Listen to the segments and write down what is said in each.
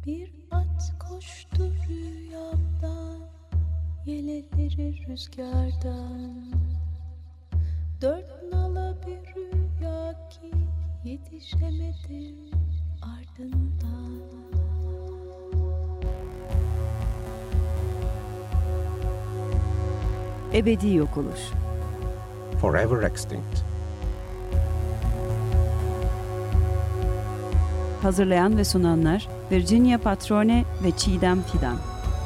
Bir at koştu rüyamda, yeleleri rüzgardan. Dört nala bir rüya ki yetişemedim ardından. Ebedi yok oluş. Forever extinct. Hazırlayan ve sunanlar Virginia Patrone ve Çiğdem Fidan.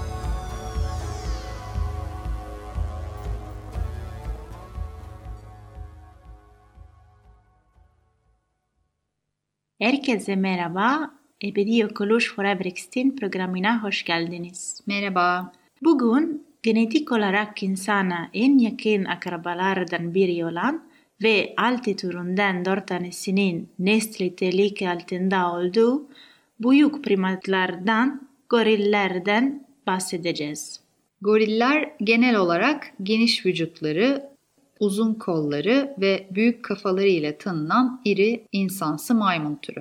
Herkese merhaba. Ebedi Yok Oluş Forever Extinct programına hoş geldiniz. Merhaba. Bugün genetik olarak insana en yakın akrabalardan biri olan ve 6 türünden 4 tanesinin nesli tehlike altında olduğu büyük primatlardan, gorillerden bahsedeceğiz. Goriller genel olarak geniş vücutları, uzun kolları ve büyük kafaları ile tanınan iri insansı maymun türü.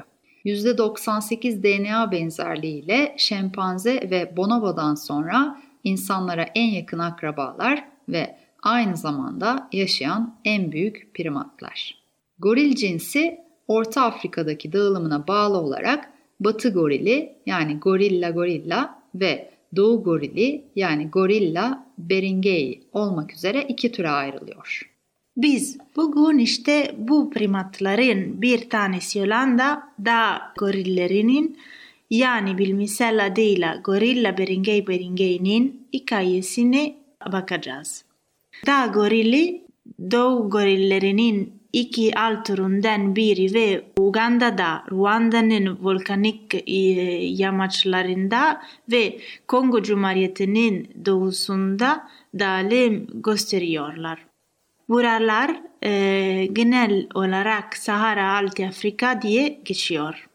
%98 DNA benzerliğiyle şempanze ve bonobodan sonra insanlara en yakın akrabalar ve aynı zamanda yaşayan en büyük primatlar. Goril cinsi Orta Afrika'daki dağılımına bağlı olarak Batı gorili yani gorilla ve Doğu gorili yani gorilla beringei olmak üzere iki türe ayrılıyor. Biz bugün işte bu primatların bir tanesi olan da dağ gorillerinin yani bilimsel adıyla gorilla beringei'nin hikayesine bakacağız. Dağ gorili Doğu gorillerinin iki alt türünden biri ve Uganda'da, Ruanda'nın volkanik yamaçlarında ve Kongo Cumhuriyeti'nin doğusunda dağılım gösteriyorlar. Buralar genel olarak Sahara Altı Afrika diye geçiyor.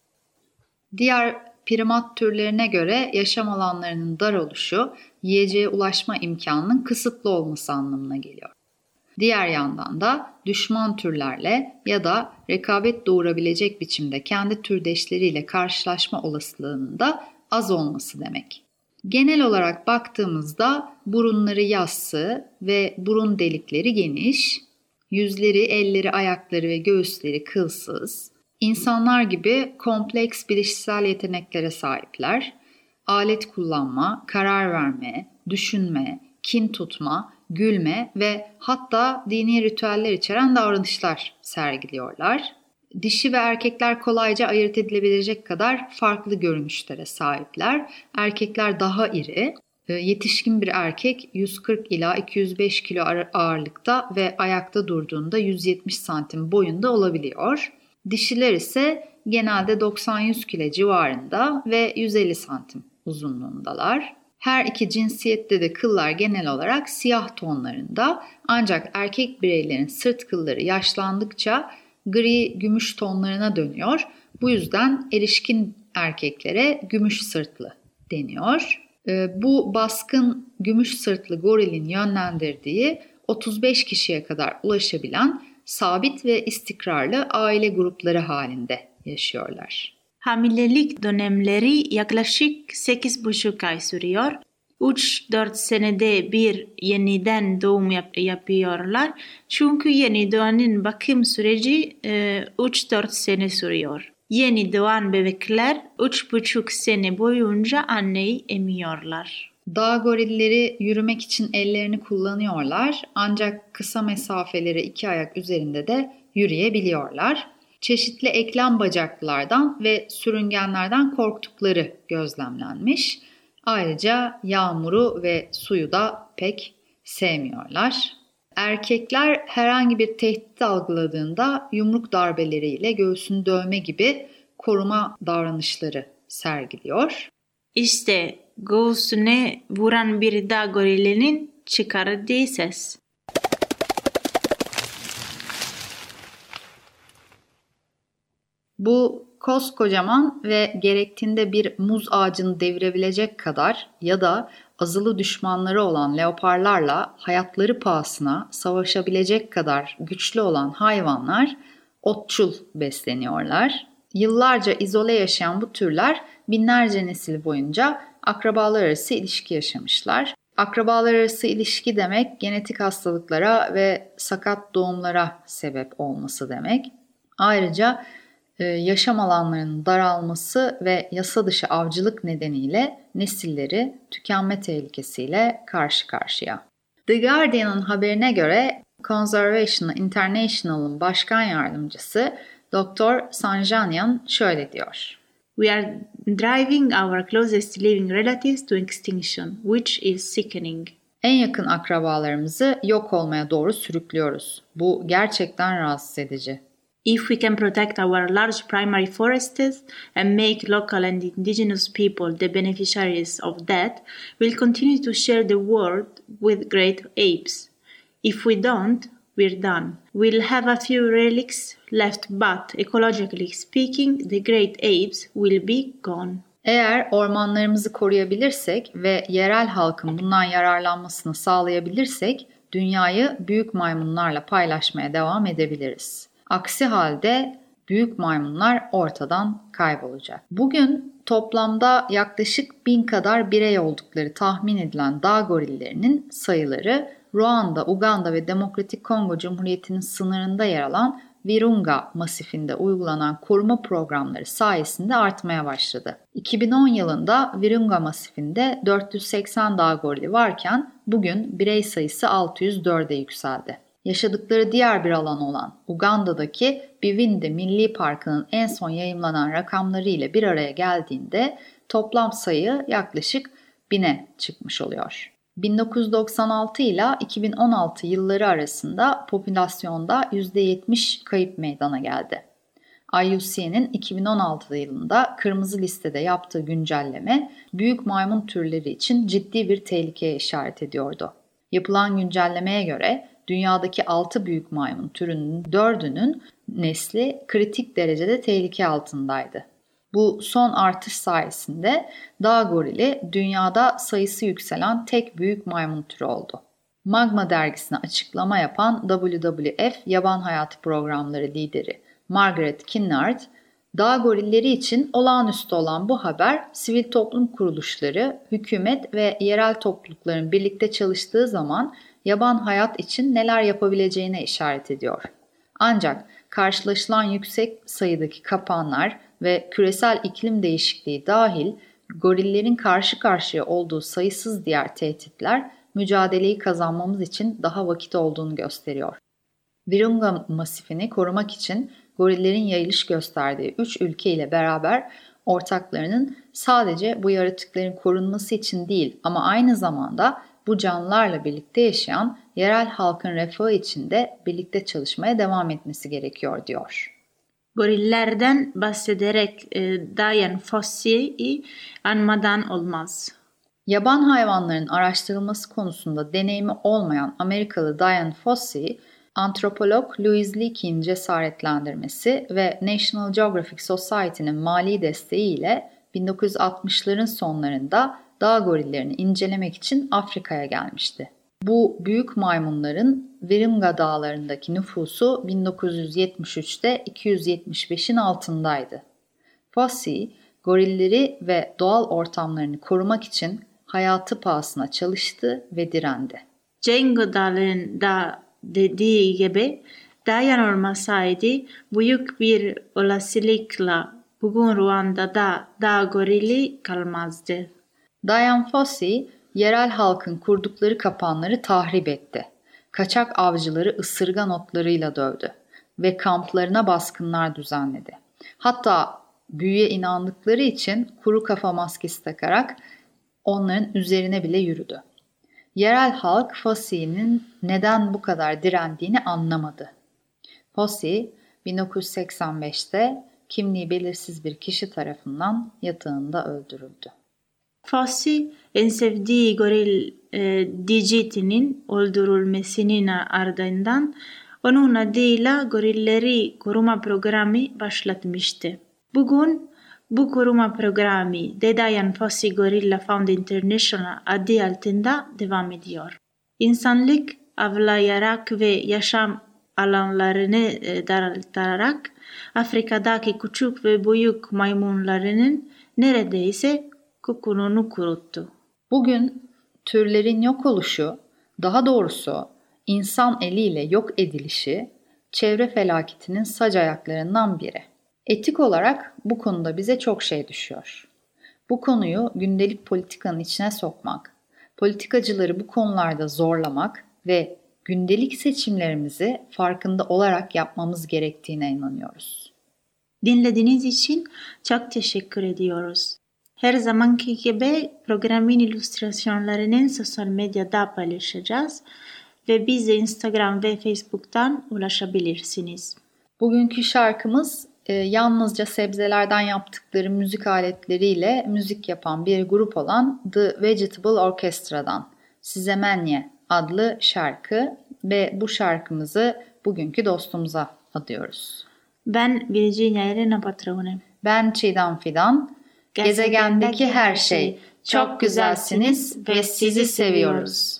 Diğer primat türlerine göre yaşam alanlarının dar oluşu, yiyeceğe ulaşma imkanının kısıtlı olması anlamına geliyor. Diğer yandan da düşman türlerle ya da rekabet doğurabilecek biçimde kendi türdeşleriyle karşılaşma olasılığının da az olması demek. Genel olarak baktığımızda burunları yassı ve burun delikleri geniş, yüzleri, elleri, ayakları ve göğüsleri kılsız, insanlar gibi kompleks bilişsel yeteneklere sahipler, alet kullanma, karar verme, düşünme, kin tutma, gülme ve hatta dini ritüeller içeren davranışlar sergiliyorlar. Dişi ve erkekler kolayca ayırt edilebilecek kadar farklı görünüşlere sahipler. Erkekler daha iri. Yetişkin bir erkek 140 ila 205 kilo ağırlıkta ve ayakta durduğunda 170 santim boyunda olabiliyor. Dişiler ise genelde 90-100 kilo civarında ve 150 santim uzunluğundalar. Her iki cinsiyette de kıllar genel olarak siyah tonlarında, ancak erkek bireylerin sırt kılları yaşlandıkça gri-gümüş tonlarına dönüyor. Bu yüzden erişkin erkeklere gümüş sırtlı deniyor. Bu baskın gümüş sırtlı gorilin yönlendirdiği 35 kişiye kadar ulaşabilen sabit ve istikrarlı aile grupları halinde yaşıyorlar. Hamilelik dönemleri yaklaşık 8,5 ay sürüyor. 3-4 senede bir yeniden doğum yapıyorlar. Çünkü yeni doğanın bakım süreci 3-4 sene sürüyor. Yeni doğan bebekler 3,5 sene boyunca anneyi emiyorlar. Dağ gorilleri yürümek için ellerini kullanıyorlar, ancak kısa mesafeleri 2 ayak üzerinde de yürüyebiliyorlar. Çeşitli eklem bacaklılardan ve sürüngenlerden korktukları gözlemlenmiş. Ayrıca yağmuru ve suyu da pek sevmiyorlar. Erkekler herhangi bir tehdit algıladığında yumruk darbeleriyle göğsünü dövme gibi koruma davranışları sergiliyor. İşte göğsüne vuran bir dağ gorilinin çıkardığı ses. Bu koskocaman ve gerektiğinde bir muz ağacını devirebilecek kadar ya da azılı düşmanları olan leoparlarla hayatları pahasına savaşabilecek kadar güçlü olan hayvanlar otçul besleniyorlar. Yıllarca izole yaşayan bu türler binlerce nesil boyunca akrabalar arası ilişki yaşamışlar. Akrabalar arası ilişki demek genetik hastalıklara ve sakat doğumlara sebep olması demek. Ayrıca yaşam alanlarının daralması ve yasa dışı avcılık nedeniyle nesilleri tükenme tehlikesiyle karşı karşıya. The Guardian'ın haberine göre Conservation International'ın başkan yardımcısı Dr. Sanjanyan şöyle diyor. We are driving our closest living relatives to extinction, which is sickening. En yakın akrabalarımızı yok olmaya doğru sürüklüyoruz. Bu gerçekten rahatsız edici. If we can protect our large primary forests and make local and indigenous people the beneficiaries of that, we'll continue to share the world with great apes. If we don't, we're done. We'll have a few relics left, but ecologically speaking, the great apes will be gone. Eğer ormanlarımızı koruyabilirsek ve yerel halkın bundan yararlanmasını sağlayabilirsek, dünyayı büyük maymunlarla paylaşmaya devam edebiliriz. Aksi halde büyük maymunlar ortadan kaybolacak. Bugün toplamda yaklaşık 1000 kadar birey oldukları tahmin edilen dağ gorillerinin sayıları Ruanda, Uganda ve Demokratik Kongo Cumhuriyeti'nin sınırında yer alan Virunga masifinde uygulanan koruma programları sayesinde artmaya başladı. 2010 yılında Virunga masifinde 480 dağ gorili varken bugün birey sayısı 604'e yükseldi. Yaşadıkları diğer bir alan olan Uganda'daki Bivindi Milli Parkı'nın en son yayımlanan rakamları ile bir araya geldiğinde toplam sayı yaklaşık 1000'e çıkmış oluyor. 1996 ile 2016 yılları arasında popülasyonda %70 kayıp meydana geldi. IUCN'in 2016 yılında kırmızı listede yaptığı güncelleme büyük maymun türleri için ciddi bir tehlikeye işaret ediyordu. Yapılan güncellemeye göre dünyadaki 6 büyük maymun türünün 4'ünün nesli kritik derecede tehlike altındaydı. Bu son artış sayesinde dağ gorili dünyada sayısı yükselen tek büyük maymun türü oldu. Magma dergisine açıklama yapan WWF Yaban Hayatı Programları lideri Margaret Kinnard, dağ gorilleri için olağanüstü olan bu haber sivil toplum kuruluşları, hükümet ve yerel toplulukların birlikte çalıştığı zaman yaban hayat için neler yapabileceğine işaret ediyor. Ancak karşılaşılan yüksek sayıdaki kapanlar ve küresel iklim değişikliği dahil gorillerin karşı karşıya olduğu sayısız diğer tehditler mücadeleyi kazanmamız için daha vakit olduğunu gösteriyor. Virunga masifini korumak için gorillerin yayılış gösterdiği 3 ülke ile beraber ortaklarının sadece bu yaratıkların korunması için değil ama aynı zamanda bu canlılarla birlikte yaşayan yerel halkın refahı için de birlikte çalışmaya devam etmesi gerekiyor diyor. Gorillerden bahsederek Dian Fossey'i anmadan olmaz. Yaban hayvanların araştırılması konusunda deneyimi olmayan Amerikalı Dian Fossey, antropolog Louise Leakey'in cesaretlendirmesi ve National Geographic Society'nin mali desteğiyle 1960'ların sonlarında dağ gorillerini incelemek için Afrika'ya gelmişti. Bu büyük maymunların Virunga dağlarındaki nüfusu 1973'te 275'in altındaydı. Fossey, gorilleri ve doğal ortamlarını korumak için hayatı pahasına çalıştı ve direndi. Jane Goodall'ın da dediği gibi Dian olmasaydı büyük bir olasılıkla bugün Ruanda'da dağ gorili kalmazdı. Dian Fossey, yerel halkın kurdukları kapanları tahrip etti. Kaçak avcıları ısırgan otlarıyla dövdü ve kamplarına baskınlar düzenledi. Hatta büyüye inandıkları için kuru kafa maskesi takarak onların üzerine bile yürüdü. Yerel halk Fossey'nin neden bu kadar direndiğini anlamadı. Fossey 1985'te kimliği belirsiz bir kişi tarafından yatağında öldürüldü. Fossey en sevdiği goril Digiti'nin öldürülmesinin ardından onun adıyla gorilleri koruma programı başlatmıştı. Bugün bu koruma programı The Dian Fossey Gorilla Fund International adı altında devam ediyor. İnsanlık avlayarak ve yaşam alanlarını daraltarak Afrika'daki küçük ve büyük maymunlarının neredeyse kokununu kuruttu. Bugün türlerin yok oluşu, daha doğrusu insan eliyle yok edilişi, çevre felaketinin sac ayaklarından biri. Etik olarak bu konuda bize çok şey düşüyor. Bu konuyu gündelik politikanın içine sokmak, politikacıları bu konularda zorlamak ve gündelik seçimlerimizi farkında olarak yapmamız gerektiğine inanıyoruz. Dinlediğiniz için çok teşekkür ediyoruz. Her zamanki gibi programın illüstrasyonlarını sosyal medyada paylaşacağız ve bize Instagram ve Facebook'tan ulaşabilirsiniz. Bugünkü şarkımız yalnızca sebzelerden yaptıkları müzik aletleriyle müzik yapan bir grup olan The Vegetable Orchestra'dan Size Menye adlı şarkı ve bu şarkımızı bugünkü dostumuza adıyoruz. Ben Virginia Elena Patrone. Ben Çiğdem Fidan. Gezegendeki her şey. Çok güzelsiniz ve sizi seviyoruz.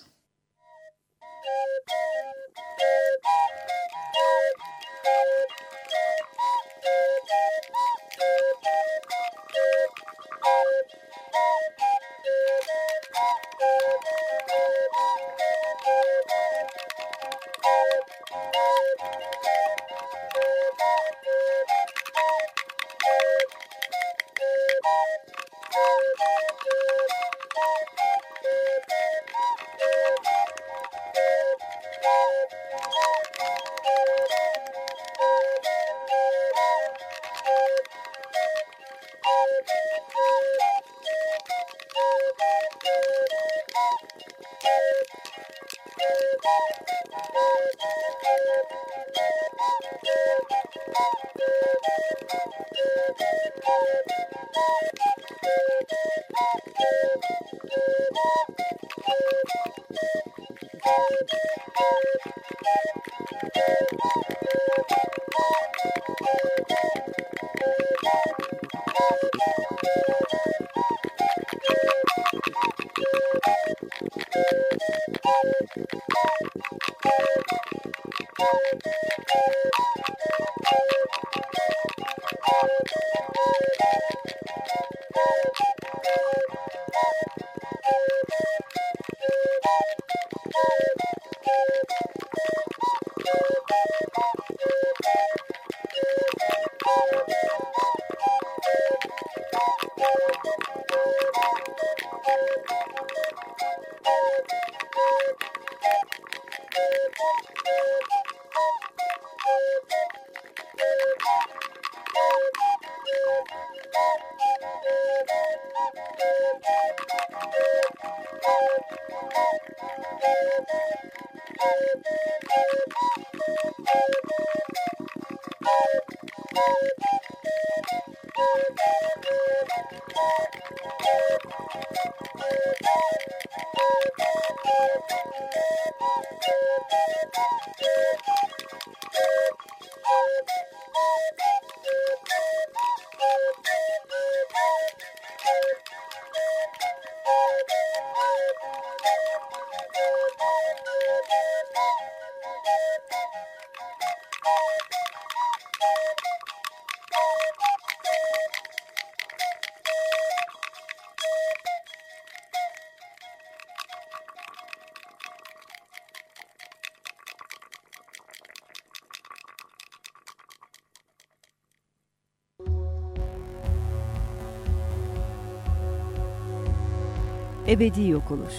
Ebedi yok oluş.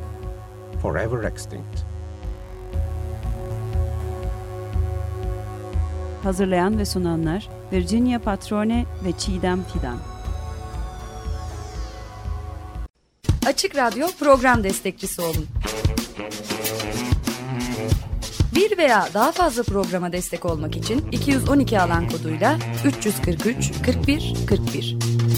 Forever extinct. Hazırlayan ve sunanlar Virginia Patrone ve Çiğdem Fidan. Açık Radyo program destekçisi olun. Bir veya daha fazla programa destek olmak için 212 alan koduyla 343 41 41.